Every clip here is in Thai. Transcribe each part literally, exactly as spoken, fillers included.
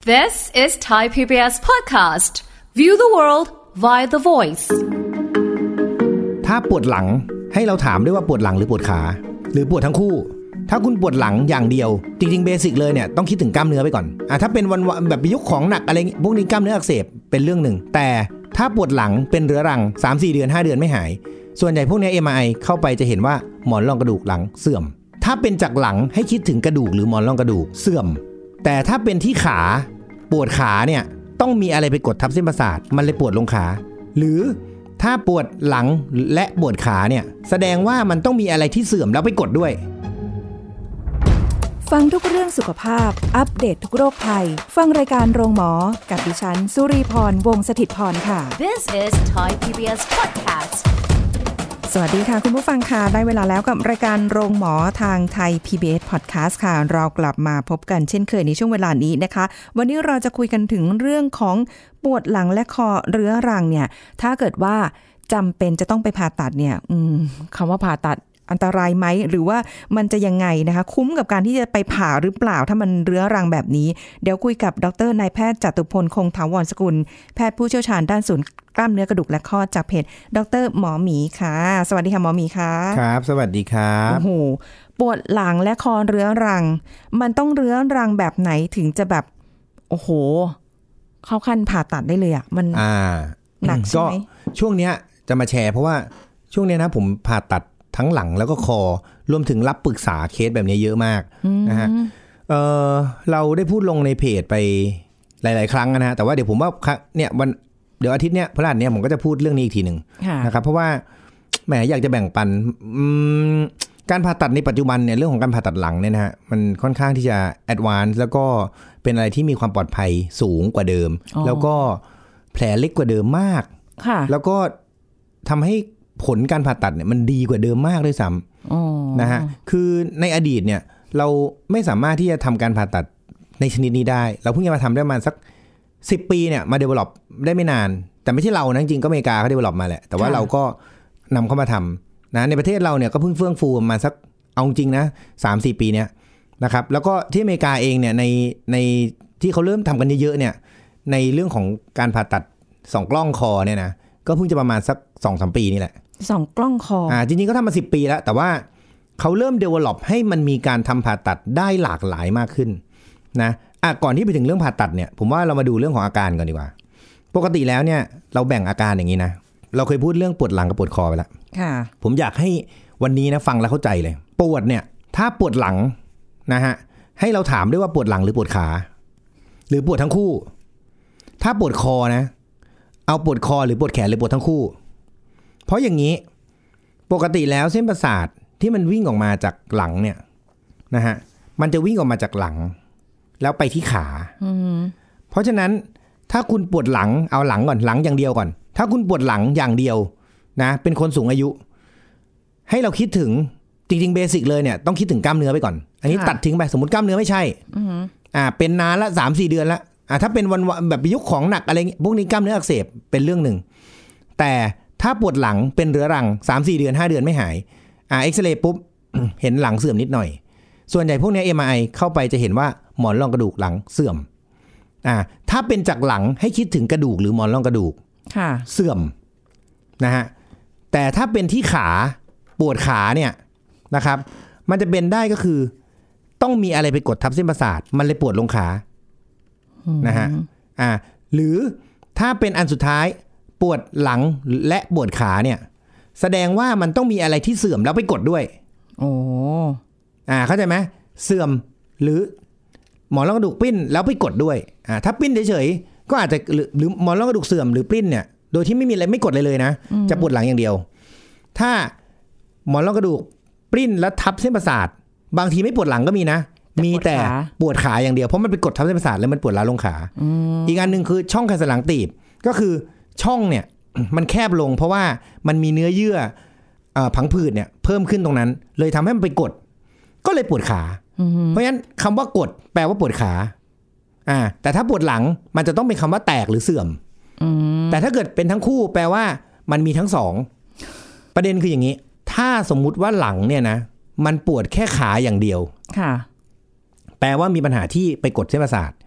This is Thai พี บี เอส podcast. View the world via the voice. ถ้าปวดหลังให้เราถามด้วยว่าปวดหลังหรือปวดขาหรือปวดทั้งคู่ถ้าคุณปวดหลังอย่างเดียวจริงๆเบสิกเลยเนี่ยต้องคิดถึงกล้ามเนื้อไปก่อนอ่ะถ้าเป็นวันแบบยกของหนักอะไรพวกนี้กล้ามเนื้ออักเสบเป็นเรื่องหนึ่งแต่ถ้าปวดหลังเป็นเรื้อรัง สามสี่ เดือนห้าเดือนไม่หายส่วนใหญ่พวกนี้ เอ็ม อาร์ ไอ เข้าไปจะเห็นว่าหมอนรองกระดูกหลังเสื่อมถ้าเป็นจากหลังให้คิดถึงกระดูกหรือหมอนรองกระดูกเสื่อมแต่ถ้าเป็นที่ขาปวดขาเนี่ยต้องมีอะไรไปกดทับเส้นประสาทมันเลยปวดลงขาหรือถ้าปวดหลังและปวดขาเนี่ยแสดงว่ามันต้องมีอะไรที่เสื่อมแล้วไปกดด้วยฟังทุกเรื่องสุขภาพอัปเดต ท, ทุกโรคภัยฟังรายการโรงหมอกับดิฉันสุรีพรวงศ์สถิตย์พรค่ะ This is Thai พี บี เอส podcast. สวัสดีค่ะคุณผู้ฟังค่ะได้เวลาแล้วกับรายการโรงหมอทางไทย พี บี เอส podcast ค่ะเรากลับมาพบกันเช่นเคยในช่วงเวลานี้นะคะวันนี้เราจะคุยกันถึงเรื่องของปวดหลังและคอเรื้อรังเนี่ยถ้าเกิดว่าจำเป็นจะต้องไปผ่าตัดเนี่ยคำว่าผ่าตัดอันตรายไหมหรือว่ามันจะยังไงนะคะคุ้มกับการที่จะไปผ่าหรือเปล่าถ้ามันเรื้อรังแบบนี้เดี๋ยวคุยกับดร.นายแพทย์จตุพลคงถาวรสกุลแพทย์ผู้เชี่ยวชาญด้านศูนย์กล้ามเนื้อกระดูกและข้อจากเพจดร.หมอหมีค่ะสวัสดีค่ะหมอหมีค่ะครับสวัสดีครับโอ้โหปวดหลังและคอเรื้อรังมันต้องเรื้อรังแบบไหนถึงจะแบบโอ้โหเข้าขั้นผ่าตัดได้เลยอ่ะมันหนักใช่ไหมช่วงเนี้ยจะมาแชร์เพราะว่าช่วงเนี้ยนะผมผ่าตัดทั้งหลังแล้วก็คอรวมถึงรับปรึกษาเคสแบบนี้เยอะมากนะฮะ เ, เราได้พูดลงในเพจไปหลายๆครั้งนะฮะแต่ว่าเดี๋ยวผมว่าเนี่ยวันเดี๋ยวอาทิตย์เนี้ยพฤหัสเนี้ยผมก็จะพูดเรื่องนี้อีกทีหนึ่งนะครับเพราะว่าแหมอยากจะแบ่งปันการผ่าตัดในปัจจุบันเนี่ยเรื่องของการผ่าตัดหลังเนี่ยนะฮะมันค่อนข้างที่จะแอดวานซ์แล้วก็เป็นอะไรที่มีความปลอดภัยสูงกว่าเดิมแล้วก็แผลเล็กกว่าเดิมมากแล้วก็ทำให้ผลการผ่าตัดเนี่ยมันดีกว่าเดิมมากด้วยซ้ำนะฮะคือในอดีตเนี่ยเราไม่สามารถที่จะทำการผ่าตัดในชนิดนี้ได้เราเพิ่งจะมาทำได้ประมาณสักสิบปีเนี่ยมา develop ได้ไม่นานแต่ไม่ใช่เรานะจริงๆก็อเมริกาเขา develop มาแหละแต่ว่าเราก็นำเข้ามาทำนะในประเทศเราเนี่ยก็เพิ่งเฟื่องฟูมาสักเอาจริงนะ สามสี่ ปีเนี่ยนะครับแล้วก็ที่อเมริกาเองเนี่ยในในที่เขาเริ่มทำกันเยอะๆเนี่ยในเรื่องของการผ่าตัดสองกล้องคอเนี่ยนะก็เพิ่งจะประมาณสัก สองสาม ปีนี่แหละสองกล้องคออ่าจริงๆก็ทำมาสิบปีแล้วแต่ว่าเขาเริ่ม develop ให้มันมีการทำผ่าตัดได้หลากหลายมากขึ้นนะอ่ะก่อนที่ไปถึงเรื่องผ่าตัดเนี่ยผมว่าเรามาดูเรื่องของอาการก่อนดีกว่าปกติแล้วเนี่ยเราแบ่งอาการอย่างนี้นะเราเคยพูดเรื่องปวดหลังกับปวดคอไปแล้วค่ะผมอยากให้วันนี้นะฟังแล้วเข้าใจเลยปวดเนี่ยถ้าปวดหลังนะฮะให้เราถามด้วยว่าปวดหลังหรือปวดขาหรือปวดทั้งคู่ถ้าปวดคอนะเอาปวดคอหรือปวดแขนหรือปวดทั้งคู่เพราะอย่างนี้ปกติแล้วเส้นประสาทที่มันวิ่งออกมาจากหลังเนี่ยนะฮะมันจะวิ่งออกมาจากหลังแล้วไปที่ขาเพราะฉะนั้นถ้าคุณปวดหลังเอาหลังก่อนหลังอย่างเดียวก่อนถ้าคุณปวดหลังอย่างเดียวนะเป็นคนสูงอายุให้เราคิดถึงจริงๆเบสิกเลยเนี่ยต้องคิดถึงกล้ามเนื้อไปก่อนอันนี้ตัดทิ้งไปสมมติกล้ามเนื้อไม่ใช่อ่าเป็นนานละ สามสี่ เดือนละอ่าถ้าเป็นวันแบบยกของหนักอะไรพวกนี้กล้ามเนื้ออักเสบเป็นเรื่องนึงแต่ถ้าปวดหลังเป็นเรื้อรัง สามสี่ เดือนห้าเดือนไม่หายอ่าเอ็กซเรย์ปุ๊บ เห็นหลังเสื่อมนิดหน่อยส่วนใหญ่พวกนี้ เอ็ม อาร์ ไอ เข้าไปจะเห็นว่าหมอนรองกระดูกหลังเสื่อมอ่าถ้าเป็นจากหลังให้คิดถึงกระดูกหรือหมอนรองกระดูกเสื่อมนะฮะแต่ถ้าเป็นที่ขาปวดขาเนี่ยนะครับมันจะเป็นได้ก็คือต้องมีอะไรไปกดทับเส้นประสาทมันเลยปวดลงขานะฮะอ่าหรือถ้าเป็นอันสุดท้ายปวดหลังและปวดขาเนี่ยแสดงว่ามันต้องมีอะไรที่เสื่อมแล้วไปกดด้วยโอ้อ่าเข้าใจไหมเสื่อมหรือหมอนรองกระดูกปิ้นแล้วไปกดด้วยอ่าถ้าปิ้นเฉยๆก็อาจจะหรือหมอนรองกระดูกเสื่อมหรือปิ้นเนี่ยโดยที่ไม่มีอะไรไม่กดเลยเลยนะจะปวดหลังอย่างเดียวถ้าหมอนรองกระดูกปิ้นแล้วทับเส้นประสาทบางทีไม่ปวดหลังก็มีนะมีแต่ปวดขาอย่างเดียวเพราะมันไปกดทับเส้นประสาทแล้วมันปวดล้าวลงขาอีกอันนึงคือช่องไขสันหลังตีบก็คือช่องเนี่ยมันแคบลงเพราะว่ามันมีเนื้อเยื่อผังผืดเนี่ยเพิ่มขึ้นตรงนั้นเลยทำให้มันไปกดก็เลยปวดขาเพราะฉะนั้นคำว่ากดแปลว่าปวดขาอ่าแต่ถ้าปวดหลังมันจะต้องเป็นคำว่าแตกหรือเสื่อมแต่ถ้าเกิดเป็นทั้งคู่แปลว่ามันมีทั้งสองประเด็นคืออย่างนี้ถ้าสมมุติว่าหลังเนี่ยนะมันปวดแค่ขาอย่างเดียวค่ะแปลว่ามีปัญหาที่ไปกดเส้นประสาท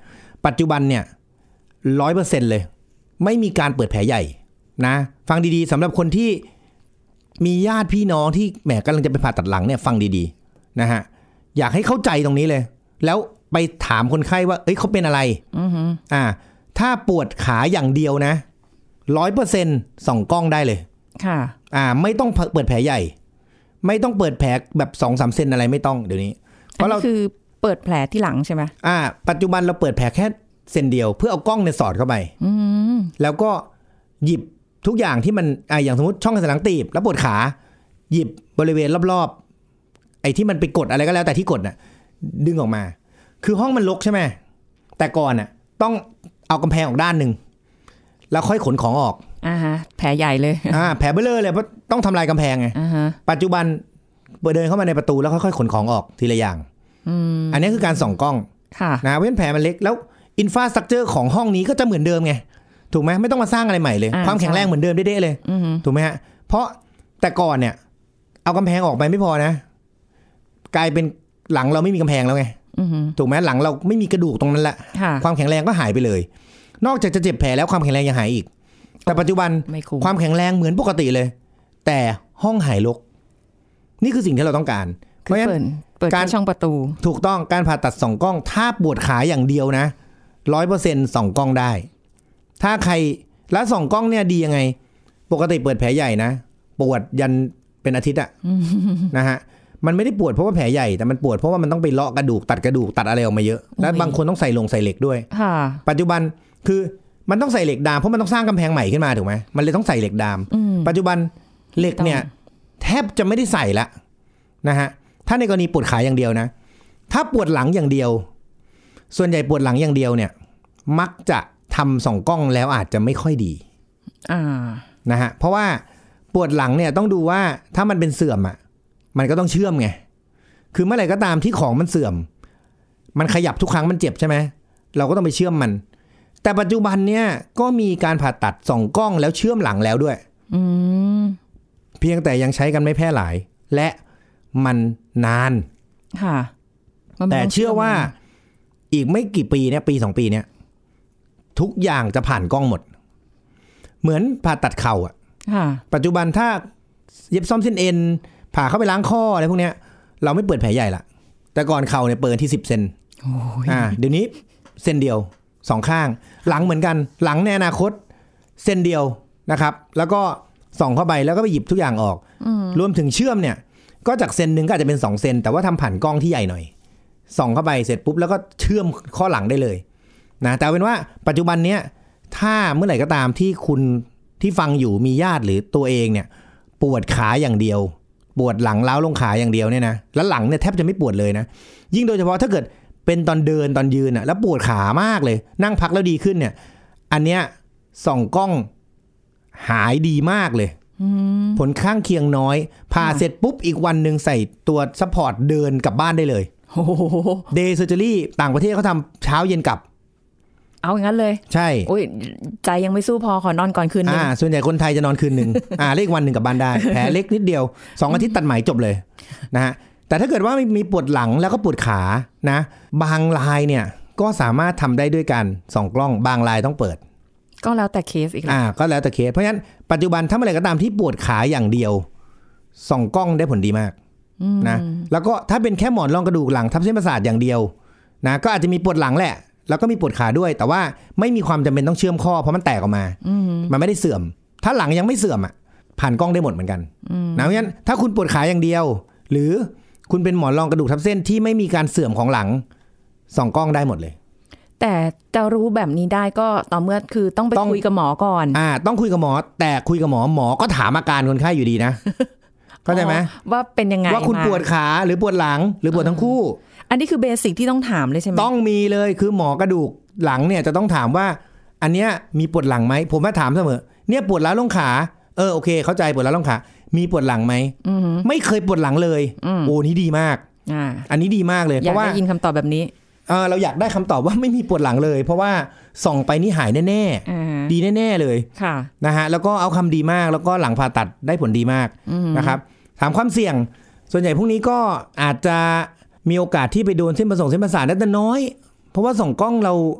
ปัจจุบันเนี่ย ร้อยเปอร์เซ็นต์ เลยไม่มีการเปิดแผลใหญ่นะฟังดีๆสำหรับคนที่มีญาติพี่น้องที่แหมกำลังจะไปผ่าตัดหลังเนี่ยฟังดีๆนะฮะอยากให้เข้าใจตรงนี้เลยแล้วไปถามคนไข้ว่าเอ้ยเขาเป็นอะไรอือฮึอ่าถ้าปวดขาอย่างเดียวนะ ร้อยเปอร์เซ็นต์ ส่องกล้องได้เลยค่ะอ่าไม่ต้องเปิดแผลใหญ่ไม่ต้องเปิดแผลแบบ สองถึงสาม เซนอะไรไม่ต้องเดี๋ยวนี้เพราะเราคือเปิดแผลที่หลังใช่ไหมอ่าปัจจุบันเราเปิดแผลแค่เซนเดียวเพื่อเอากล้องเนี่ยสอดเข้าไปอืมแล้วก็หยิบทุกอย่างที่มันอ่าอย่างสมมติช่องกระแสหลังตีบแล้วปวดขาหยิบบริเวณรอบๆไอ้ที่มันไปกดอะไรก็แล้วแต่ที่กดน่ะดึงออกมาคือห้องมันรกใช่ไหมแต่ก่อนน่ะต้องเอากำแพงออกด้านนึงแล้วค่อยขนของออกอ่าฮะแผลใหญ่เลยอ่าแผลเบ้อเลยเพราะต้องทำลายกำแพงไงอ่าฮะปัจจุบันเดินเข้ามาในประตูแล้วค่อยๆขนของออกทีละอย่างอืมอันนี้คือการส่องกล้องค่ะนะเพราะฉะนั้นแผลมันเล็กแล้วอินฟราสตรัคเจอร์ของห้องนี้ก็จะเหมือนเดิมไงถูกไหมไม่ต้องมาสร้างอะไรใหม่เลยความแข็งแรงเหมือนเดิมเด๊ะๆเลยถูกไหมฮะเพราะแต่ก่อนเนี่ยเอากำแพงออกไปไม่พอนะกลายเป็นหลังเราไม่มีกำแพงแล้วไงถูกไหมหลังเราไม่มีกระดูกตรงนั้นแหละความแข็งแรงก็หายไปเลยนอกจากจะเจ็บแผลแล้วความแข็งแรงยังหายอีกแต่ปัจจุบันความแข็งแรงเหมือนปกติเลยแต่ห้องหายรกนี่คือสิ่งที่เราต้องการเพราะฉะนั้นการช่องประตูถูกต้องการผ่าตัดส่องกล้องถ้าปวดขาอย่างเดียวนะ ร้อยเปอร์เซ็นต์ ส่องกล้องได้ถ้าใครแล้วส่องกล้องเนี่ยดียังไงปกติเปิดแผลใหญ่นะปวดยันเป็นอาทิตย์อะนะฮะมันไม่ได้ปวดเพราะว่าแผลใหญ่แต่มันปวดเพราะว่ามันต้องไปเลาะกระดูกตัดกระดูกตัดอะไรออกมาเยอะและบางคนต้องใส่ลงใส่เหล็กด้วยปัจจุบันคือมันต้องใส่เหล็กดามเพราะมันต้องสร้างกำแพงใหม่ขึ้นมาถูกไหมมันเลยต้องใส่เหล็กดามปัจจุบันเหล็กเนี่ยแทบจะไม่ได้ใส่ละนะฮะถ้าในกรณีปวดขาอย่างเดียวนะถ้าปวดหลังอย่างเดียวส่วนใหญ่ปวดหลังอย่างเดียวเนี่ยมักจะทำส่องกล้องแล้วอาจจะไม่ค่อยดีนะฮะเพราะว่าปวดหลังเนี่ยต้องดูว่าถ้ามันเป็นเสื่อมอ่ะมันก็ต้องเชื่อมไงคือเมื่อไหร่ก็ตามที่ของมันเสื่อมมันขยับทุกครั้งมันเจ็บใช่ไหมเราก็ต้องไปเชื่อมมันแต่ปัจจุบันเนี่ยก็มีการผ่าตัดส่องกล้องแล้วเชื่อมหลังแล้วด้วยเพียงแต่ยังใช้กันไม่แพร่หลายและมันนานค่ะแต่เชื่อว่าอีกไม่กี่ปีเนี่ยปีสองปีเนี่ยทุกอย่างจะผ่านกล้องหมดเหมือนผ่าตัดเข่าอ่ะปัจจุบันถ้าเย็บซ่อมเส้นเอ็นผ่าเข้าไปล้างข้ออะไรพวกเนี้ยเราไม่เปิดแผลใหญ่ละแต่ก่อนเข่าเนี่ยเปิดที่สิบเซนอ่าเดี๋ยวนี้เส้นเดียวสองข้างหลังเหมือนกันหลังในอนาคตเส้นเดียวนะครับแล้วก็ส่องเข้าไปแล้วก็ไปหยิบทุกอย่างออกรวมถึงเชื่อมเนี่ยก็จากเซนนึงก็อาจจะเป็นสองเซนแต่ว่าทำผ่านกล้องที่ใหญ่หน่อยส่องเข้าไปเสร็จปุ๊บแล้วก็เชื่อมข้อหลังได้เลยนะแต่เป็นว่าปัจจุบันเนี้ยถ้าเมื่อไหร่ก็ตามที่คุณที่ฟังอยู่มีญาติหรือตัวเองเนี่ยปวดขาอย่างเดียวปวดหลังล้าวลงขาอย่างเดียวเนี่ยนะแล้วหลังเนี่ยแทบจะไม่ปวดเลยนะยิ่งโดยเฉพาะถ้าเกิดเป็นตอนเดินตอนยืนอ่ะแล้วปวดขามากเลยนั่งพักแล้วดีขึ้นเนี่ยอันเนี้ยส่องกล้องหายดีมากเลยผลข้างเคียงน้อยผ่าเสร็จปุ๊บอีกวันนึงใส่ตัวซัพพอร์ตเดินกลับบ้านได้เลยเดย์เซอร์เจอรี่ต่างประเทศเขาทำเช้าเย็นกลับเอาอย่างนั้นเลยใช่โอ้ยใจยังไม่สู้พอขอนอนก่อนคืนนึงอ่าส่วนใหญ่คนไทยจะนอนคืนนึงอ่าเลขวันนึงกลับบ้านได้แผลเล็กนิดเดียวสองอาทิตย์ตัดไหมจบเลยนะฮะแต่ถ้าเกิดว่ามีปวดหลังแล้วก็ปวดขานะบางรายเนี่ยก็สามารถทำได้ด้วยกันส่องกล้องบางรายต้องเปิดก็แล้วแต่เคสอีกอ่าก็แล้วแต่เคสเพราะฉะนั้นปัจจุบันถ้าเมื่อไหร่ก็ตามที่ปวดขาอย่างเดียวส่องกล้องได้ผลดีมากนะแล้วก็ถ้าเป็นแค่หมอนรองกระดูกหลังทับเส้นประสาทอย่างเดียวนะก็อาจจะมีปวดหลังแหละแล้วก็มีปวดขาด้วยแต่ว่าไม่มีความจำเป็นต้องเชื่อมข้อเพราะมันแตกออกมามันไม่ได้เสื่อมถ้าหลังยังไม่เสื่อมอ่ะผ่านกล้องได้หมดเหมือนกันนะเพราะฉะนั้นถ้าคุณปวดขาอย่างเดียวหรือคุณเป็นหมอนรองกระดูกทับเส้นที่ไม่มีการเสื่อมของหลังส่องกล้องได้หมดเลยแต่จะรู้แบบนี้ได้ก็ต่อเมื่อคือต้องไปคุยกับหมอก่อนอ่าต้องคุยกับหมอแต่คุยกับหมอหมอก็ถามอาการคนไข้อยู่ดีนะเข้าใจไหมว่าเป็นยังไงว่าคุณปวดขาหรือปวดหลังหรือปวดทั้งคู่อันนี้คือเบสิกที่ต้องถามเลยใช่ไหมต้องมีเลยคือหมอกระดูกหลังเนี่ยจะต้องถามว่าอันเนี้ยมีปวดหลังไหมผมมาถามเสมอเนี่ยปวดล้าวลงขาเออโอเคเข้าใจปวดล้าวลงขามีปวดหลังไหมไม่เคยปวดหลังเลยโอ้นี่ดีมากอันนี้ดีมากเลยเพราะว่าอยากได้ยินคำตอบแบบนี้เออเราอยากได้คำตอบว่าไม่มีปวดหลังเลยเพราะว่าส่องไปนี่หายแน่ๆดีแน่ๆเลยนะฮะแล้วก็เอาคำดีมากแล้วก็หลังผ่าตัดได้ผลดีมากนะครับถามความเสี่ยงส่วนใหญ่พวกนี้ก็อาจจะมีโอกาสที่ไปโดนเส้นประสงค์เส้นประสาทได้แต่น้อยเพราะว่าส่องกล้องเรา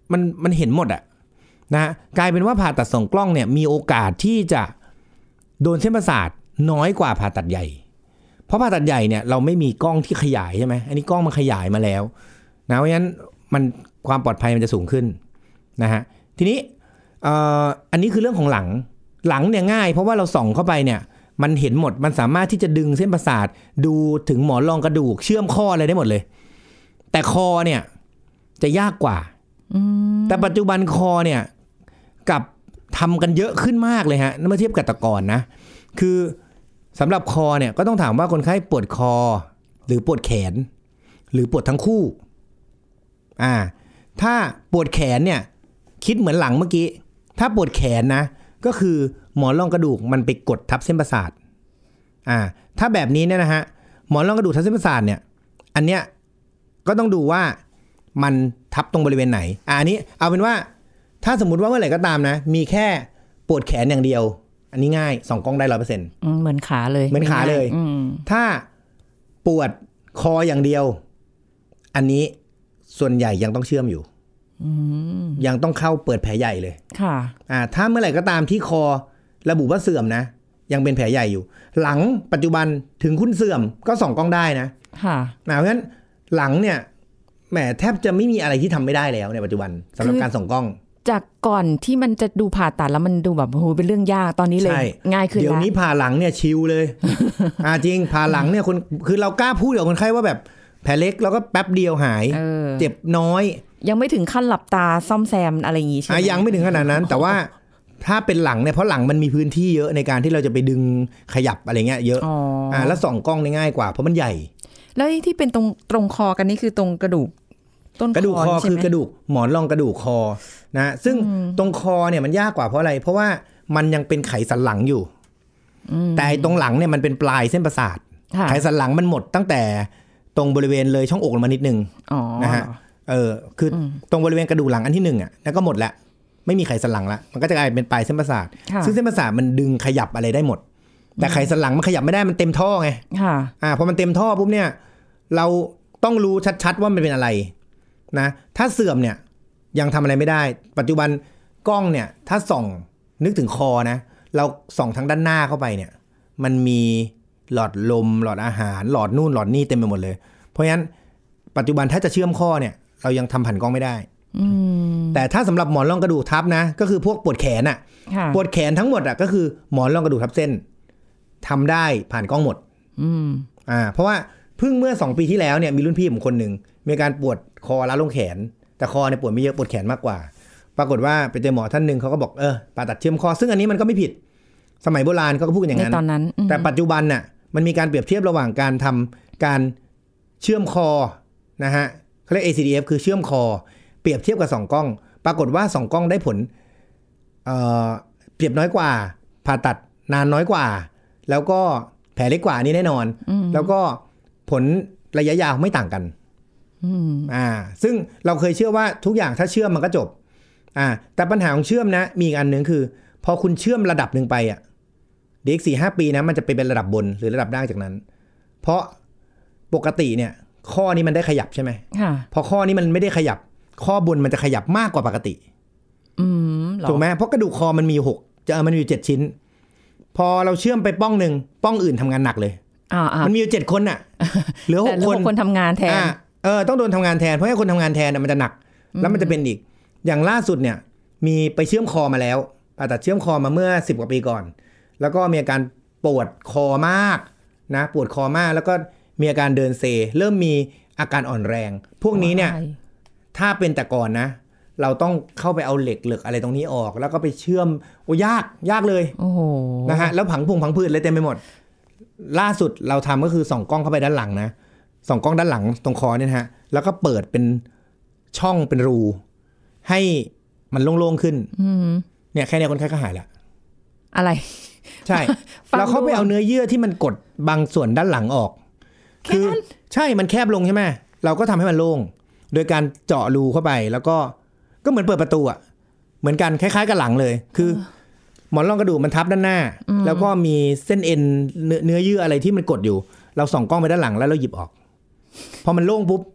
มันมันเห็นหมดอะนะกลายเป็นว่าผ่าตัดส่องกล้องเนี่ยมีโอกาสที่จะโดนเส้นประสาทน้อยกว่าผ่าตัดใหญ่เพราะผ่าตัดใหญ่เนี่ยเราไม่มีกล้องที่ขยายใช่ไหมอันนี้กล้องมันขยายมาแล้วนะเพราะฉะนั้นมันความปลอดภัยมันจะสูงขึ้นนะฮะทีนี้เอ่ออันนี้คือเรื่องของหลังหลังเนี่ยง่ายเพราะว่าเราส่องเข้าไปเนี่ยมันเห็นหมดมันสามารถที่จะดึงเส้นประสาทดูถึงหมอนรองกระดูกเชื่อมข้ออะไรได้หมดเลยแต่คอเนี่ยจะยากกว่าแต่ปัจจุบันคอเนี่ยกับทำกันเยอะขึ้นมากเลยฮะเมื่อเทียบกับแต่ก่อนนะคือสำหรับคอเนี่ยก็ต้องถามว่าคนไข้ปวดคอหรือปวดแขนหรือปวดทั้งคู่อ่าถ้าปวดแขนเนี่ยคิดเหมือนหลังเมื่อกี้ถ้าปวดแขนนะก็คือหมอนรองกระดูกมันไปกดทับเส้นประสาทอ่าถ้าแบบนี้เนี่ยนะฮะหมอนรองกระดูกทับเส้นประสาทเนี่ยอันเนี้ยก็ต้องดูว่ามันทับตรงบริเวณไหนอ่าอันนี้เอาเป็นว่าถ้าสมมุติว่าเมื่อไหร่ก็ตามนะมีแค่ปวดแขนอย่างเดียวอันนี้ง่ายส่องกล้องได้ ร้อยเปอร์เซ็นต์อืมเหมือนขาเลยเหมือนขาเลยถ้าปวดคออย่างเดียวอันนี้ส่วนใหญ่ยังต้องเชื่อมอยู่ยังต้องเข้าเปิดแผลใหญ่เลยค่ะอ่าถ้าเมื่อไหร่ก็ตามที่คอระบุว่าเสื่อมนะยังเป็นแผลใหญ่อยู่หลังปัจจุบันถึงคุณเสื่อมก็ส่องกล้องได้นะค่ะเพราะฉะนั้นหลังเนี่ยแหมแทบจะไม่มีอะไรที่ทำไม่ได้แล้วในปัจจุบันสำหรับการส่องกล้องจากก่อนที่มันจะดูผ่าตัดแล้วมันดูแบบโอ้โหเป็นเรื่องยากตอนนี้เลยง่ายขึ้นแล้วเดี๋ยวนี้ผ่าหลังเนี่ยชิลเลยอ่าจริงผ่าหลังเนี่ยคนคือเรากล้าพูดกับคนไข้ว่าแบบแผลเล็กแล้วก็แป๊บเดียวหายเจ็บน้อยยังไม่ถึงขั้นหลับตาซ่อมแซมอะไรอย่างงี้ใช่ไหมยังไม่ถึงขนาดนั้นแต่ว่าถ้าเป็นหลังเนี่ยเพราะหลังมันมีพื้นที่เยอะในการที่เราจะไปดึงขยับอะไรเงี้ยเยอะอ่าแล้วส่องกล้องได้ง่ายกว่าเพราะมันใหญ่แล้วที่เป็นตรงตรงคอกันนี่คือตรงกระดูกต้นคอกระดูกคอคือกระดูกหมอนรองกระดูกคอนะซึ่งตรงคอเนี่ยมันยากกว่าเพราะอะไรเพราะว่ามันยังเป็นไขสันหลังอยู่แต่ตรงหลังเนี่ยมันเป็นปลายเส้นประสาทไขสันหลังมันหมดตั้งแต่ตรงบริเวณเลยช่องอกลงมานิดนึงนะฮะเออคือตรงบริเวณกระดูกหลังอันที่หนึ่งอ่ะแล้วก็หมดละไม่มีไขสันหลังละมันก็จะกลายเป็นปลายเส้นประสาทซึ่งเส้นประสาทมันดึงขยับอะไรได้หมดแต่ไขสันหลังมันขยับไม่ได้มันเต็มท่อไงอ่าพอมันเต็มท่อปุ๊บเนี่ยเราต้องรู้ชัดๆว่ามันเป็นอะไรนะถ้าเสื่อมเนี่ยยังทำอะไรไม่ได้ปัจจุบันกล้องเนี่ยถ้าส่องนึกถึงคอนะเราส่องทางด้านหน้าเข้าไปเนี่ยมันมีหลอดลมหลอดอาหารหลอดนู่นหลอดนี่เต็มไปหมดเลยเพราะฉะนั้นปัจจุบันถ้าจะเชื่อมข้อเนี่ยเรายังทำผ่านกล้องไม่ได้แต่ถ้าสำหรับหมอนรองกระดูกทับนะก็คือพวกปวดแขนอ่ะปวดแขนทั้งหมดอ่ะก็คือหมอนรองกระดูกทับเส้นทำได้ผ่านกล้องหมดอ่าเพราะว่าเพิ่งเมื่อสองปีที่แล้วเนี่ยมีรุ่นพี่ผมคนหนึ่งมีการปวดคอล้าลงแขนแต่คอเนี่ยปวดไม่เยอะปวดแขนมากกว่าปรากฏว่าไปเจอหมอท่านนึงเขาก็บอกเออผ่าตัดเชื่อมคอซึ่งอันนี้มันก็ไม่ผิดสมัยโบราณเขาก็พูดอย่างนั้นตอนนั้นแต่ปัจจุบันน่ะมันมีการเปรียบเทียบระหว่างการทำการเชื่อมคอนะฮะเขาเรียก เอ ซี ดี เอฟ คือเชื่อมคอเปรียบเทียบกับส่องกล้องปรากฏว่าส่องกล้องได้ผลเอ่อเปรียบน้อยกว่าผ่าตัดนานน้อยกว่าแล้วก็แผลเล็กกว่านี่แน่นอนแล้วก็ผลระยะยาวไม่ต่างกันอ่าซึ่งเราเคยเชื่อว่าทุกอย่างถ้าเชื่อมมันก็จบอ่าแต่ปัญหาของเชื่อมนะมีอีกอันนึงคือพอคุณเชื่อมระดับหนึ่งไปอ่ะเด็ก สี่ห้า ปีนะมันจะไปเป็นระดับบนหรือระดับล่างจากนั้นเพราะปกติเนี่ยข้อนี้มันได้ขยับใช่ไหมพอข้อนี้มันไม่ได้ขยับข้อบนมันจะขยับมากกว่าปกติถูกไหมเพราะกระดูกคอมันมีหกจะมันมีอยู่เจ็ดชิ้นพอเราเชื่อมไปป้องหนึ่งป้องอื่นทำงานหนักเลยมันมีอยู่เจ็ดคนน่ะเหลือหกคนคนทำงานแทนเออต้องโดนทำงานแทนเพราะให้คนทำงานแทนมันจะหนักแล้วมันจะเป็นอีกอย่างล่าสุดเนี่ยมีไปเชื่อมคอมาแล้วผ่าตัดเชื่อมคอมาเมื่อสิบกว่าปีก่อนแล้วก็มีอาการปวดคอมากนะปวดคอมากแล้วก็มีอาการเดินเซเริ่มมีอาการอ่อนแรงพวกนี้เนี่ยถ้าเป็นแต่ก่อนนะเราต้องเข้าไปเอาเหล็กเหล็กอะไรตรงนี้ออกแล้วก็ไปเชื่อมโอ้ยากยากเลยโอ้โหนะฮะแล้วผังพุงผังพืชเลยเต็มไปหมดล่าสุดเราทำก็คือส่องกล้องเข้าไปด้านหลังนะส่องกล้องด้านหลังตรงคอเนี่ยนะฮะแล้วก็เปิดเป็นช่องเป็นรูให้มันโล่งๆขึ้นเนี่ยแค่นี้คนไข้ก็หายละอะไรใช่ เราเข้าไปเอาเนื้อเยื่อที่มันกดบางส่วนด้านหลังออกคือใช่มันแคบลงใช่ไหมเราก็ทำให้มันโล่งโดยการเจาะรูเข้าไปแล้วก็ก็เหมือนเปิดประตูอ่ะเหมือนกันคล้ายๆกับหลังเลยคือหมอนรองกระดูกมันทับด้านหน้าแล้วก็มีเส้นเอ็นเนื้อเยื่ออะไรที่มันกดอยู่เราส่องกล้องไปด้านหลังแล้วเราหยิบออกพอมันโล่งปุ๊บ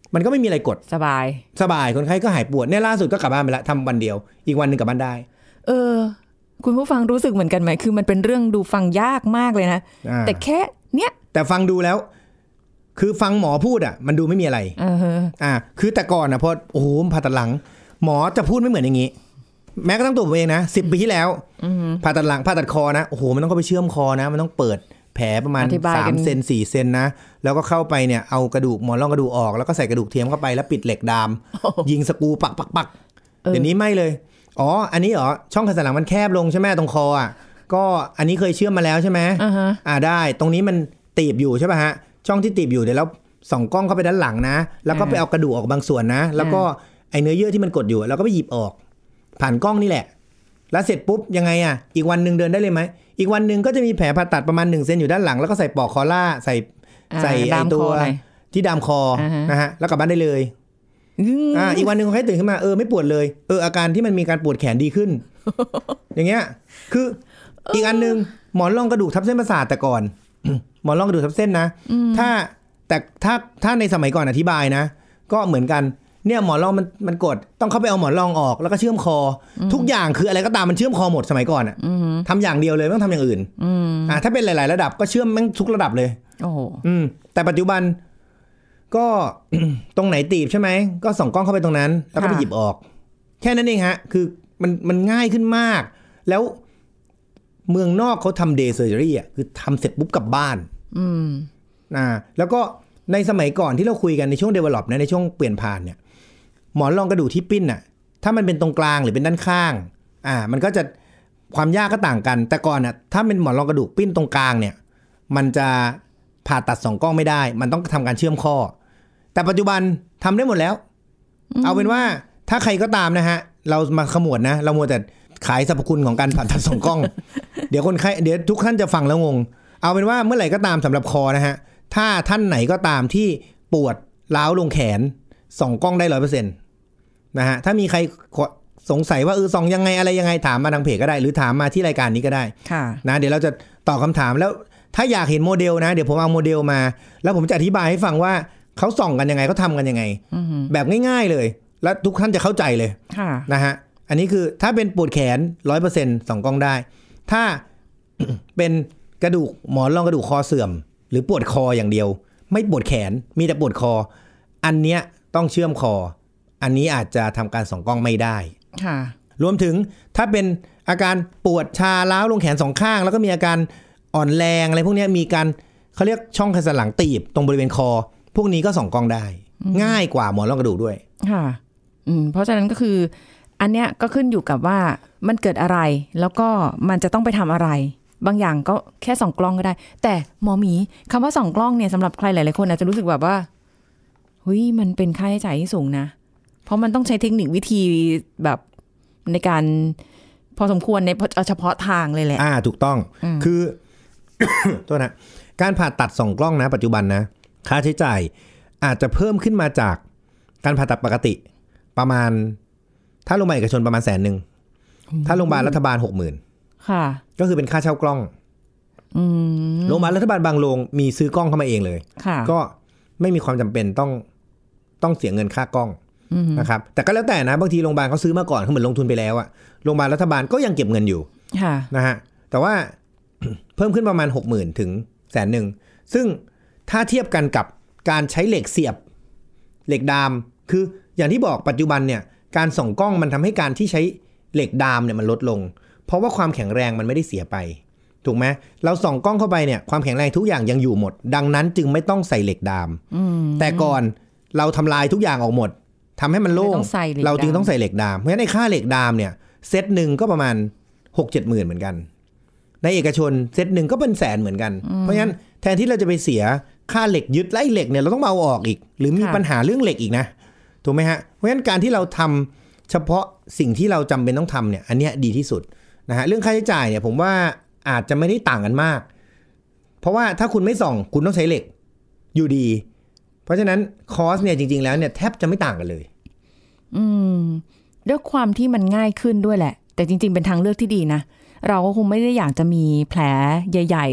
มันก็ไม่มีอะไรกดสบายสบายคนไข้ก็หายปวดเนี่ยล่าสุดก็กลับบ้านไปแล้วทำวันเดียวอีกวันนึงกลับบ้านได้เออคุณผู้ฟังรู้สึกเหมือนกันไหมคือมันเป็นเรื่องดูฟังยากมากเลยนะแต่แค่เนี้ยแต่ฟังดูแล้วคือฟังหมอพูดอ่ะมันดูไม่มีอะไรอ่าคือแต่ก่อนนะพอโอ้โหผ่าตัดหลังหมอจะพูดไม่เหมือนอย่างนี้แม้กระทั่งตัวผมเองนะสิบปีที่แล้วผ่าตัดหลังผ่าตัดคอนะโอ้โหมันต้องเข้าไปเชื่อมคอนะมันต้องเปิดแผลประมาณสามเซนสี่เซนนะแล้วก็เข้าไปเนี่ยเอากระดูกหมอนรองกระดูกออกแล้วก็ใส่กระดูกเทียมเข้าไปแล้วปิดเหล็กดามยิงสกรูปักปักปักเดี๋ยวนี้ไม่เลยอ๋ออันนี้เหรอช่องขัดสันหลังมันแคบลงใช่ไหมตรงคออ่ะก็อันนี้เคยเชื่อมมาแล้วใช่ไหมอ่าได้ตรงนี้มันตีบอยู่ใช่ป่ะฮะช่องที่ตีบอยู่เดี๋ยวแล้วส่องกล้องเข้าไปด้านหลังนะแล้วก็ไปเอากระดูกออกบางส่วนนะแล้วก็ไอเนื้อเยื่อที่มันกดอยู่เราก็ไปหยิบออกผ่านกล้องนี่แหละแล้วเสร็จปุ๊บยังไงอ่ะอีกวันนึงเดินได้เลยไหมอีกวันนึงก็จะมีแผลผ่าตัดประมาณหนึ่งเซนอยู่ด้านหลังแล้วก็ใส่ปลอกคอล่าใส่ใส่ไอตัวที่ดามคอนะฮะแล้วกลับบ้านได้เลยอ่าอีกวันนึงคนไข้ตื่นขึ้นมาเออไม่ปวดเลยเอออาการที่มันมีการปวดแขนดีขึ้น อย่างเงี้ยคืออีกอันนึงหมอนรองกระดูกทับเส้นประสาทแต่ก่อน หมอนรองกระดูกทับเส้นนะถ้าแต่ถ้าถ้าในสมัยก่อนอธิบายนะก็เหมือนกันเนี่ยหมอนรองมันมันกดต้องเข้าไปเอาหมอนรองออกแล้วก็เชื่อมคอทุกอย่างคืออะไรก็ตามมันเชื่อมคอหมดสมัยก่อนอ่ะทำอย่างเดียวเลยไม่ต้องทำอย่างอื่นอ่าถ้าเป็นหลายๆระดับก็เชื่อมแม่งทุกระดับเลยโอ้โหอืมแต่ปัจจุบันก็ ตรงไหนตีบใช่ไหมก็ส่องกล้องเข้าไปตรงนั้นแล้วก็ไปหยิบออกแค่นั้นเองฮะคือมันมันง่ายขึ้นมากแล้วเมืองนอกเขาทำเดย์เซอร์เจอรี่อ่ะคือทำเสร็จปุ๊บกลับบ้านอืมอ่าแล้วก็ในสมัยก่อนที่เราคุยกันในช่วง develop นะในช่วงเปลี่ยนผ่านเนี่ยหมอนรองกระดูกที่ปิ้นน่ะถ้ามันเป็นตรงกลางหรือเป็นด้านข้างอ่ามันก็จะความยากก็ต่างกันแต่ก่อนน่ะถ้าเป็นหมอนรองกระดูกปิ้นตรงกลางเนี่ยมันจะผ่าตัดสองกล้องไม่ได้มันต้องทำการเชื่อมข้อแต่ปัจจุบันทำได้หมดแล้วเอาเป็นว่าถ้าใครก็ตามนะฮะเรามาขมวดนะเรามัวแต่ขายสรรพคุณของการผ่าตัดสองกล้อง เดี๋ยวคนไข้เดี๋ยวทุกท่านจะฟังแล้วงงเอาเป็นว่าเมื่อไหร่ก็ตามสำหรับคอนะฮะถ้าท่านไหนก็ตามที่ปวดร้าวลงแขนส่องกล้องได้ ร้อยเปอร์เซ็นต์ นะฮะถ้ามีใครสงสัยว่าเออส่องยังไงอะไรยังไงถามมาทางเพจก็ได้หรือถามมาที่รายการนี้ก็ได้นะเดี๋ยวเราจะตอบคำถามแล้วถ้าอยากเห็นโมเดลนะเดี๋ยวผมเอาโมเดลมาแล้วผมจะอธิบายให้ฟังว่าเขาส่องกันยังไงเขาทำกันยังไงแบบง่ายๆเลยแล้วทุกท่านจะเข้าใจเลยนะฮะอันนี้คือถ้าเป็นปวดแขน ร้อยเปอร์เซ็นต์ ส่องกล้องได้ถ้า เป็นกระดูกหมอนรองกระดูกคอเสื่อมหรือปวดคออย่างเดียวไม่ปวดแขนมีแต่ปวดคออันเนี้ยต้องเชื่อมคออันนี้อาจจะทำการส่องกล้องไม่ได้รวมถึงถ้าเป็นอาการปวดชาล้าวลงแขนสองข้างแล้วก็มีอาการอ่อนแรงอะไรพวกนี้มีการเขาเรียกช่องขัดสันหลังตีบตรงบริเวณคอพวกนี้ก็ส่องกล้องได้ง่ายกว่าหมอนรองกระดูกด้วยค่ะอืมเพราะฉะนั้นก็คืออันเนี้ยก็ขึ้นอยู่กับว่ามันเกิดอะไรแล้วก็มันจะต้องไปทำอะไรบางอย่างก็แค่ส่องกล้องก็ได้แต่หมอหมีคำว่าส่องกล้องเนี่ยสำหรับใครหลายๆคนอาจจะรู้สึกแบบว่าเฮ้ยมันเป็นค่าใช้จ่ายที่สูงนะเพราะมันต้องใช้เทคนิควิธีแบบในการพอสมควรในเฉพาะทางเลยแหละอ่าถูกต้องคือ ตัวนะการผ่าตัดส่องกล้องนะปัจจุบันนะค่าใช้จ่ายอาจจะเพิ่มขึ้นมาจากการผ่าตัดปกติประมาณถ้าโรงพยาบาลเอกชนประมาณแสนหนึ่งถ้าโรงพยาบาลรัฐบาลหกหมื่นค่ะก็คือเป็นค่าเช่ากล้องโรงพยาบาลรัฐบาลบางโรงมีซื้อกล้องเข้ามาเองเลยก็ไม่มีความจำเป็นต้องต้องเสียเงินค่ากล้องนะครับแต่ก็แล้วแต่นะบางทีโรงพยาบาลเขาซื้อมาก่อนเขาเหมือนลงทุนไปแล้วอะโรงพยาบาลรัฐบาลก็ยังเก็บเงินอยู่นะฮะแต่ว่า เพิ่มขึ้นประมาณหกหมื่นถึงแสนหนึ่งซึ่งถ้าเทียบกันกับการใช้เหล็กเสียบเหล็กดามคืออย่างที่บอกปัจจุบันเนี่ยการส่องกล้องมันทำให้การที่ใช้เหล็กดามเนี่ยมันลดลงเพราะว่าความแข็งแรงมันไม่ได้เสียไปถูกไหมเราส่องกล้องเข้าไปเนี่ยความแข็งแรงทุกอย่างยังอยู่หมดดังนั้นจึงไม่ต้องใส่เหล็กดามแต่ก่อนเราทำลายทุกอย่างออกหมดทำให้มันโล่งเราจึงต้องใส่เหล็กดามเพราะฉะนั้นในค่าเหล็กดามเนี่ยเซตหนึ่งก็ประมาณ หกเจ็ด หมื่นเหมือนกันในเอกชนเซตหนึ่งก็เป็นแสนเหมือนกันเพราะฉะนั้นแทนที่เราจะไปเสียค่าเหล็กยึดไล่เหล็กเนี่ยเราต้องเอาออกอีกหรือมีปัญหาเรื่องเหล็กอีกนะถูกไหมฮะเพราะฉะนั้นการที่เราทำเฉพาะสิ่งที่เราจำเป็นต้องทำเนี่ยอันนี้ดีที่สุดนะฮะเรื่องค่าใช้จ่ายเนี่ยผมว่าอาจจะไม่ได้ต่างกันมากเพราะว่าถ้าคุณไม่ส่องคุณต้องใช้เหล็กอยู่ดีเพราะฉะนั้นคอสเนี่ยจริงๆแล้วเนี่ยแทบจะไม่ต่างกันเลยอืมด้วยความที่มันง่ายขึ้นด้วยแหละแต่จริงๆเป็นทางเลือกที่ดีนะเราก็คงไม่ได้อยากจะมีแผลใหญ่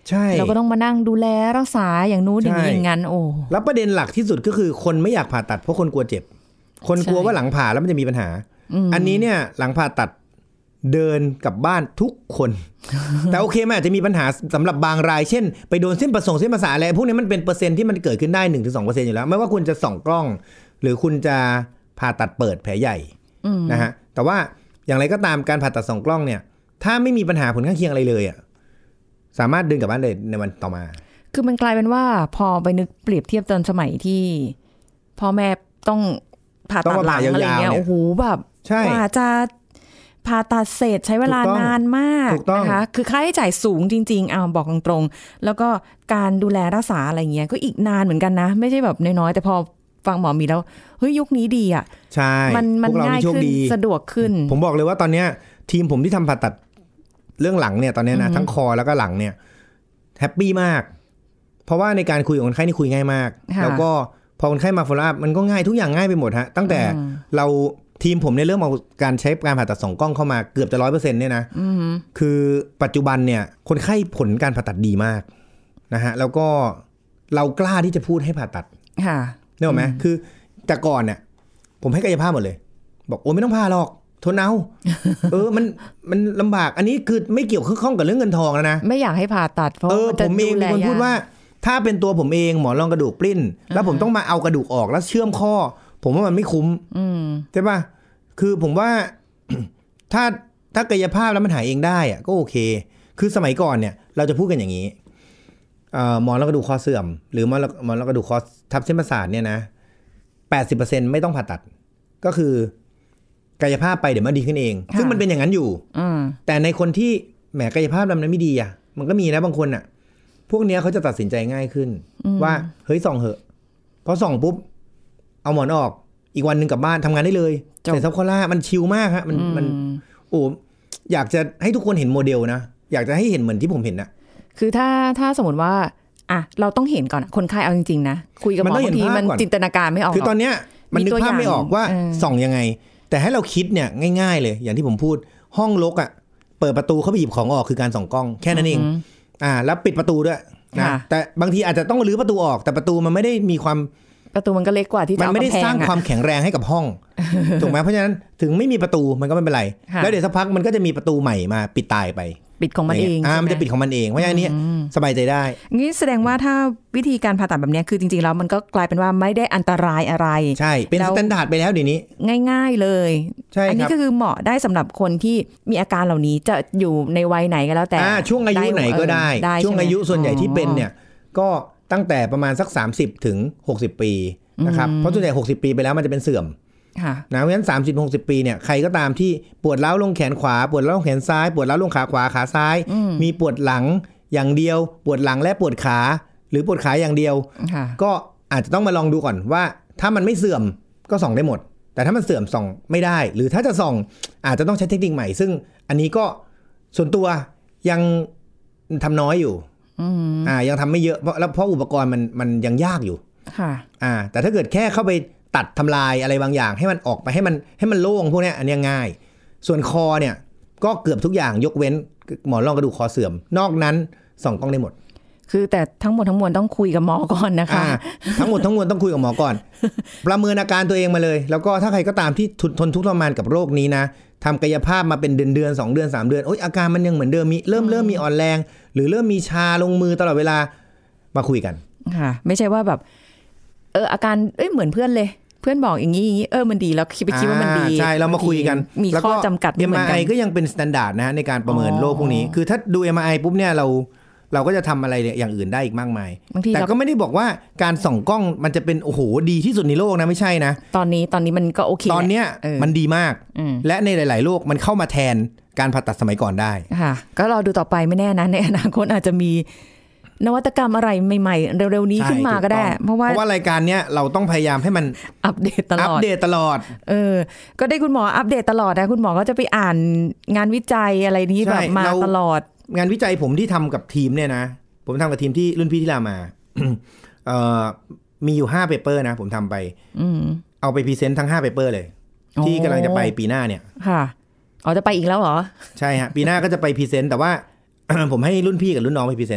ใช่เราก็ต้องมานั่งดูแลรักษาอย่างนู้นอย่างนี้อย่างนั้นโอ้แล้วประเด็นหลักที่สุดก็คือคนไม่อยากผ่าตัดเพราะคนกลัวเจ็บคนกลัวว่าหลังผ่าแล้วมันจะมีปัญหาอันนี้เนี่ยหลังผ่าตัดเดินกลับบ้านทุกคน แต่โอเคมันอาจจะมีปัญหาสำหรับบางรายเช่นไปโดนเส้นประสงค์เส้นประสาทอะไรพวกนี้มันเป็นเปอร์เซ็นต์ที่มันเกิดขึ้นได้ หนึ่งถึงสองเปอร์เซ็นต์ อยู่แล้วไม่ว่าคุณจะส่องกล้องหรือคุณจะผ่าตัดเปิดแผลใหญ่นะฮะแต่ว่าอย่างไรก็ตามการผ่าตัดส่องกล้องเนี่ยถ้าไม่มีปัญหาผลข้างเคียงอะไรเลยอ่ะสามารถเดินกลับบ้านเลยในวันต่อมาคือมันกลายเป็นว่าพอไปนึกเปรียบเทียบตอนสมัยที่พ่อแม่ต้องผ่าตัดหลังอะไรเงี้ยโอ้โหแบบกว่าจะผ่าตัดเสร็จใช้เวลานานมากนะคะคือค่าใช้จ่ายสูงจริงๆเอาบอกตรงๆแล้วก็การดูแลรักษาอะไรเงี้ยก็อีกนานเหมือนกันนะไม่ใช่แบบน้อยๆแต่พอฟังหมอมีแล้วเฮ้ยยุคนี้ดีอ่ะใช่มันมันง่ายขึ้นสะดวกขึ้นผมบอกเลยว่าตอนเนี้ยทีมผมที่ทำผ่าตัดเรื่องหลังเนี่ยตอนนี้นะทั้งคอแล้วก็หลังเนี่ยแฮปปี้มากเพราะว่าในการคุยกับคนไข้นี่คุยง่ายมากแล้วก็พอคนไข้มา follow up มันก็ง่ายทุกอย่างง่ายไปหมดฮะตั้งแต่เราทีมผมเนี่ยเริ่มเอาการใช้การผ่าตัดสองกล้องเข้ามาเกือบจะ ร้อยเปอร์เซ็นต์ เนี่ยนะคือปัจจุบันเนี่ยคนไข้ผลการผ่าตัดดีมากนะฮะแล้วก็เรากล้าที่จะพูดให้ผ่าตัดค่ะนึกออกไหมคือแต่ก่อนเนี่ยผมให้กายภาพหมดเลยบอกโอ้ไม่ต้องผ่าหรอกทนเอา เออมันมันลำบากอันนี้คือไม่เกี่ยวข้องกับเรื่องเงินทองแล้วนะไม่อยากให้ผ่าตัดเพราะมันจะดูแลยากผมเองเป็นคนพูดว่าถ้าเป็นตัวผมเองหมอนรองกระดูกปลิ้นแล้วผมต้องมาเอากระดูกออกแล้วเชื่อมข้อผมว่ามันไม่คุ้มใช่ป่ะคือผมว่า ถ้าถ้ากายภาพแล้วมันหายเองได้อะก็โอเคคือสมัยก่อนเนี่ยเราจะพูดกันอย่างนี้หมอนรองกระดูกคอเสื่อมหรือหมอนหมอนรองกระดูกคอทับเส้นประสาทเนี่ยนะ แปดสิบเปอร์เซ็นต์ ไม่ต้องผ่าตัดก็คือกายภาพไปเดี๋ยวมันดีขึ้นเองซึ่งมันเป็นอย่างนั้นอยู่แต่ในคนที่แหมกายภาพมันไม่ดีอ่ะมันก็มีนะบางคนอ่ะพวกนี้เขาจะตัดสินใจง่ายขึ้นว่าเฮ้ยส่องเหอะพอส่องปุ๊บเอาหมอนออกอีกวันนึงกลับบ้านทำงานได้เลยแต่ซับคอล่ามันชิลมากฮะมันมันโอ้อยากจะให้ทุกคนเห็นโมเดลนะอยากจะให้เห็นเหมือนที่ผมเห็นนะคือถ้าถ้าสมมติว่าอ่ะเราต้องเห็นก่อนคนไข้เอาจริงๆนะคุยกับหมอบางทีมันจินตนาการไม่ออกคือตอนเนี้ยมันนึกภาพไม่ออกว่าส่องยังไงแต่ให้เราคิดเนี่ยง่ายๆเลยอย่างที่ผมพูดห้องรกอ่ะเปิดประตูเข้าไปหยิบของออกคือการส่องกล้องแค่นั้นเองอ่าแล้วปิดประตูด้วยนะแต่บางทีอาจจะต้องรื้อประตูออกแต่ประตูมันไม่ได้มีความประตูมันก็เล็กกว่าที่จะเอามันไม่ได้สร้างความแข็งแรงให้กับห้องถูกไหมเพราะฉะนั้นถึงไม่มีประตูมันก็ไม่เป็นไรแล้วเดี๋ยวสักพักมันก็จะมีประตูใหม่มาปิดตายไปปิดของมันเองอ่ามันจะปิดของมันเองเพราะฉะนั้นนี้สบายใจได้งี้แสดงว่าถ้าวิธีการผ่าตัดแบบนี้คือจริงๆแล้วมันก็กลายเป็นว่าไม่ได้อันตรายอะไรใช่เป็นมาตรฐานไปแล้วเดี๋ยวนี้ง่ายๆเลยใช่ครับอันนี้ก็คือเหมาะได้สำหรับคนที่มีอาการเหล่านี้จะอยู่ในวัยไหนก็แล้วแต่ช่วงอายุไหนก็ได้ช่วงอายุส่วนใหญ่ที่เป็นเนี่ยก็ตั้งแต่ประมาณสักสามสิบถึงหกสิบปีนะครับเพราะส่วนใหญ่หกสิบปีไปแล้วมันจะเป็นเสื่อมนะเพราะฉะนั้นสามสิบ หกสิบปีเนี่ยใครก็ตามที่ปวดร้าวลงแขนขวาปวดร้าวลงแขนซ้ายปวดร้าวลงขาขวาขาซ้ายมีปวดหลังอย่างเดียวปวดหลังและปวดขาหรือปวดขาอย่างเดียวก็อาจจะต้องมาลองดูก่อนว่าถ้ามันไม่เสื่อมก็ส่องได้หมดแต่ถ้ามันเสื่อมส่องไม่ได้หรือถ้าจะส่องอาจจะต้องใช้เทคนิคใหม่ซึ่งอันนี้ก็ส่วนตัวยังทำน้อยอยู่อ่ายังทำไม่เยอะเพราะแล้วเพราะอุปกรณ์มันมันยังยากอยู่ค่ะอ่าแต่ถ้าเกิดแค่เข้าไปตัดทำลายอะไรบางอย่างให้มันออกไปให้มันให้มันโล่งพวกนี้อันนี้ง่ายส่วนคอเนี่ยก็เกือบทุกอย่างยกเว้นหมอนรองกระดูกคอเสื่อมนอกนั้นส่องกล้องได้หมดคือแต่ทั้งหมดทั้งมวลต้องคุยกับหมอก่อนนะคะทั้งหมดทั้งมวลต้องคุยกับหมอก่อนประเมินอาการตัวเองมาเลยแล้วก็ถ้าใครก็ตามที่ทนทุกข์ทรมานกับโรคนี้นะทำกายภาพมาเป็นเดือนเดือนสองเดือนสามเดือนโอ๊ยอาการมันยังเหมือนเดิมมีเริ่มเริ่มมีอ่อนแรงหรือเริ่มมีชาลงมือตลอดเวลามาคุยกันค่ะไม่ใช่ว่าแบบเอออาการเอ้ยเหมือนเพื่อนเลยเพื่อนบอกอย่างนี้อย่างนี้เออมันดีแล้วคิดไปคิดว่ามันดีใช่เรามาคุยกันมีข้อจำกัดไม่เหมือนกันเอ็ม อาร์ ไอ ก็ยังเป็นมาตรฐานนะในการประเมินโรคพวกนี้คือถ้าดู เอ็ม อาร์ ไอ ปุ๊บเนี่ยเราเราก็จะทำอะไรอย่างอื่นได้อีกมากมายแต่ก็ไม่ได้บอกว่าการส่องกล้องมันจะเป็นโอ้โหดีที่สุดในโลกนะไม่ใช่นะตอนนี้ตอนนี้มันก็โอเคตอนเนี้ยมันดีมากและในหลายๆโรคมันเข้ามาแทนการผ่าตัดสมัยก่อนได้ค่ะก็รอดูต่อไปไม่แน่นะในอนาคตอาจจะมีนวัตกรรมอะไรใหม่ๆเร็วๆนี้ขึ้นมาก็ได้เพราะว่าเพราะว่ารายการเนี้ยเราต้องพยายามให้มันอัปเดตตลอดอัปเดตตลอดเออก็ได้คุณหมออัปเดตตลอดนะคุณหมอก็จะไปอ่านงานวิจัยอะไรนี้แบบมาตลอดงานวิจัยผมที่ทำกับทีมเนี่ยนะผมทำกับทีมที่รุ่นพี่ที่ลามาเอ่อมีอยู่ห้าเปเปอร์นะผมทำไปเอาไปพรีเซนต์ทั้งห้าเปเปอร์เลยที่กำลังจะไปปีหน้าเนี่ยค่ะอ๋อจะไปอีกแล้วเหรอใช่ฮะปีหน้าก็จะไปพรีเซนต์แต่ว่า ผมให้รุ่นพี่กับรุ่นน้องไปพรีเซนต์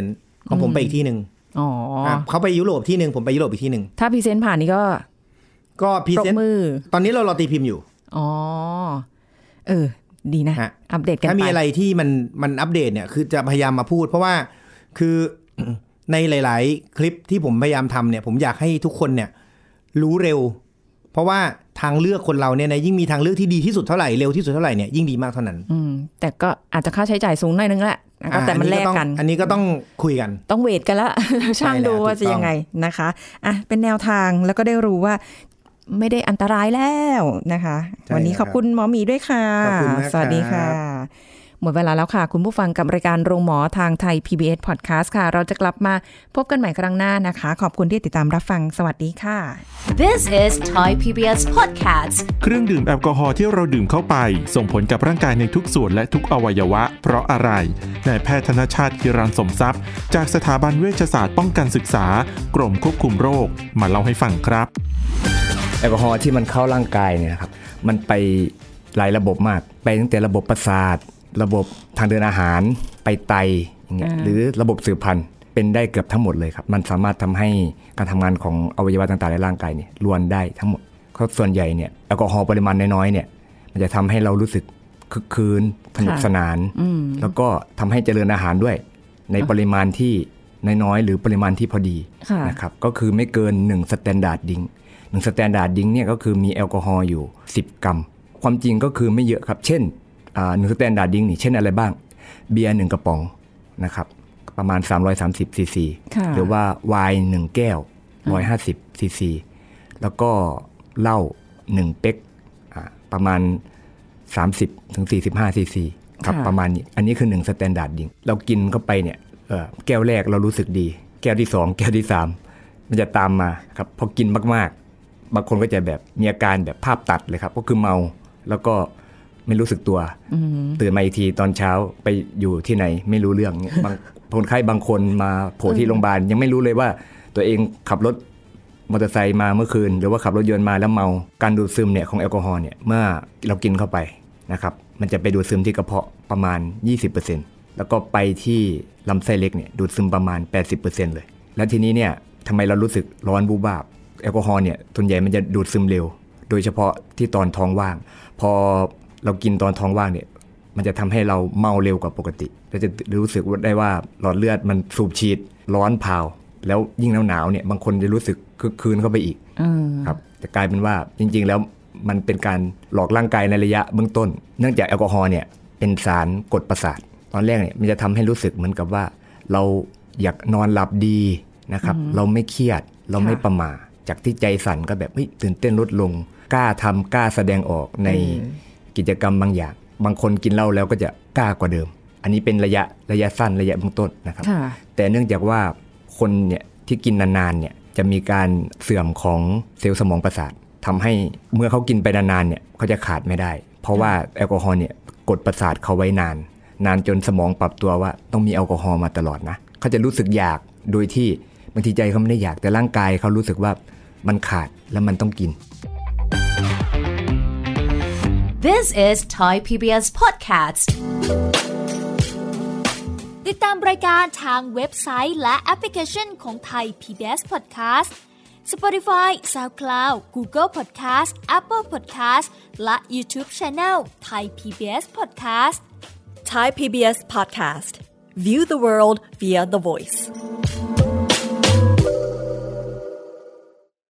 ของผมไปอีกที่นึงอ๋อเขาไปยุโรปที่นึงผมไปยุโรปอีกที่นึงถ้าพรีเซนต์ผ่านนี่ก็ก็พรีเซนต์ตอนนี้เรารอตีพิมพ์อยู่อ๋อเออดีนะอัปเดตกันไปถ้ามีอะไรที่มันมันอัปเดตเนี่ยคือจะพยายามมาพูดเพราะว่าคือในหลายๆคลิปที่ผมพยายามทำเนี่ยผมอยากให้ทุกคนเนี่ยรู้เร็วเพราะว่าทางเลือกคนเราเนี่ยนะยิ่งมีทางเลือกที่ดีที่สุดเท่าไหร่เร็วที่สุดเท่าไหร่เนี่ยยิ่งดีมากเท่านั้นอืมแต่ก็อาจจะค่าใช้จ่ายสูงหน่อยนึงแหละก็แต่มันแลกกันอันนี้ก็ต้องคุยกันต้องเวทกันละช่างดูว่าจะยังไงนะคะอ่ะเป็นแนวทางแล้วก็ได้รู้ว่าไม่ได้อันตรายแล้วนะคะวันนี้ขอบคุณหมอหมีด้วยค่ะสวัสดีค่ะหมดเวลาแล้วค่ะคุณผู้ฟังกับรายการโรงหมอทางไทย พี บี เอส Podcast ค่ะเราจะกลับมาพบกันใหม่ครั้งหน้านะคะขอบคุณที่ติดตามรับฟังสวัสดีค่ะ This is Thai พี บี เอส Podcast เครื่องดื่มแอลกอฮอล์ที่เราดื่มเข้าไปส่งผลกับร่างกายในทุกส่วนและทุกอวัยวะเพราะอะไรนายแพทย์ธนชาติกิรันสมทรัพย์จากสถาบันเวชศาสตร์ป้องกันศึกษากรมควบคุมโรคมาเล่าให้ฟังครับแอลกอฮอล์ที่มันเข้าร่างกายเนี่ยนะครับมันไปหลายระบบมากไปตั้งแต่ระบบประสาทระบบทางเดินอาหารไปไตอย่างเงี้ยหรือระบบสืบพันธุ์เป็นได้เกือบทั้งหมดเลยครับมันสามารถทำให้การทำงานของอวัยวะต่างๆในร่างกายเนี่ยล้วนได้ทั้งหมดเพราะส่วนใหญ่เนี่ยแอลกอฮอล์ปริมาณน้อยๆเนี่ยมันจะทำให้เรารู้สึกคึกคืนสนุกสนานแล้วก็ทำให้เจริญอาหารด้วยในปริมาณที่น้อยๆหรือปริมาณที่พอดีนะครับก็คือไม่เกินหนึ่งสแตนดาร์ดดิ้งหนึ่งสแตนดาร์ดดิ้งเนี่ยก็คือมีแอลกอฮอล์อยู่สิบกรัมความจริงก็คือไม่เยอะครับเช่นอ่าหนึ่งสแตนดาร์ดดิ้งนี่เช่นอะไรบ้างเบียร์หนึ่งกระป๋องนะครับประมาณสามร้อยสามสิบซีซีหรือว่าไวน์หนึ่งแก้วหนึ่งร้อยห้าสิบซีซีแล้วก็เหล้าหนึ่งเป๊กอ่าประมาณสามสิบถึงสี่สิบห้าซีซีครับประมาณนี้อันนี้คือหนึ่งสแตนดาร์ดดิ้งเรากินเข้าไปเนี่ยเอ่อแก้วแรกเรารู้สึกดีแก้วที่สองแก้วที่สามมันจะตามมาครับพอกินมากๆบางคนก็จะแบบมีอาการแบบภาพตัดเลยครับก็คือเมาแล้วก็ไม่รู้สึกตัวตื่นมาอีกทีตอนเช้าไปอยู่ที่ไหนไม่รู้เรื่องบางคนไข้บางคนมาโผล่ที่โรงพยาบาลยังไม่รู้เลยว่าตัวเองขับรถมอเตอร์ไซค์มาเมื่อคืนหรือว่าขับรถยนต์มาแล้วเมาการดูดซึมเนี่ยของแอลกอฮอล์เนี่ยเมื่อเรากินเข้าไปนะครับมันจะไปดูดซึมที่กระเพาะประมาณ ยี่สิบเปอร์เซ็นต์ แล้วก็ไปที่ลำไส้เล็กเนี่ยดูดซึมประมาณ แปดสิบเปอร์เซ็นต์ เลยแล้วทีนี้เนี่ยทำไมเรารู้สึกร้อนบูบาบแอลกอฮอล์เนี่ยส่วนใหญ่มันจะดูดซึมเร็วโดยเฉพาะที่ตอนท้องว่างพอเรากินตอนท้องว่างเนี่ยมันจะทำให้เราเมาเร็วกว่าปกติเราจะรู้สึกได้ว่าหลอดเลือดมันสูบฉีดร้อนเผาแล้วยิ่งหนาวๆเนี่ยบางคนจะรู้สึกคึกคืนเข้าไปอีกครับจะกลายเป็นว่าจริงๆแล้วมันเป็นการหลอกร่างกายในระยะเบื้องต้นเนื่องจากแอลกอฮอล์เนี่ยเป็นสารกดประสาทตอนแรกเนี่ยมันจะทำให้รู้สึกเหมือนกับว่าเราอยากนอนหลับดีนะครับเราไม่เครียดเราไม่ประมาทจากที่ใจสั่นก็แบบตื่นเต้นลดลงกล้าทำกล้าแสดงออกในกิจกรรมบางอย่างบางคนกินเหล้าแล้วก็จะกล้ากว่าเดิมอันนี้เป็นระยะระยะสั้นระยะเบื้องต้นนะครับแต่เนื่องจากว่าคนเนี่ยที่กินนานๆเนี่ยจะมีการเสื่อมของเซลล์สมองประสาททำให้เมื่อเขากินไปนานๆเนี่ยเขาจะขาดไม่ได้เพราะว่าแอลกอฮอล์เนี่ยกดประสาทเขาไว้นานนานจนสมองปรับตัวว่าต้องมีแอลกอฮอล์มาตลอดนะเขาจะรู้สึกอยากโดยที่บางทีใจเขาไม่ได้อยากแต่ร่างกายเขารู้สึกว่ามันขาดแล้วมันต้องกิน This is Thai พี บี เอส Podcast ติดตามรายการทางเว็บไซต์และแอปพลิเคชันของ Thai พี บี เอส Podcast Spotify, SoundCloud, Google Podcast, Apple Podcast และ YouTube Channel Thai พี บี เอส Podcast Thai พี บี เอส Podcast View the world via the voice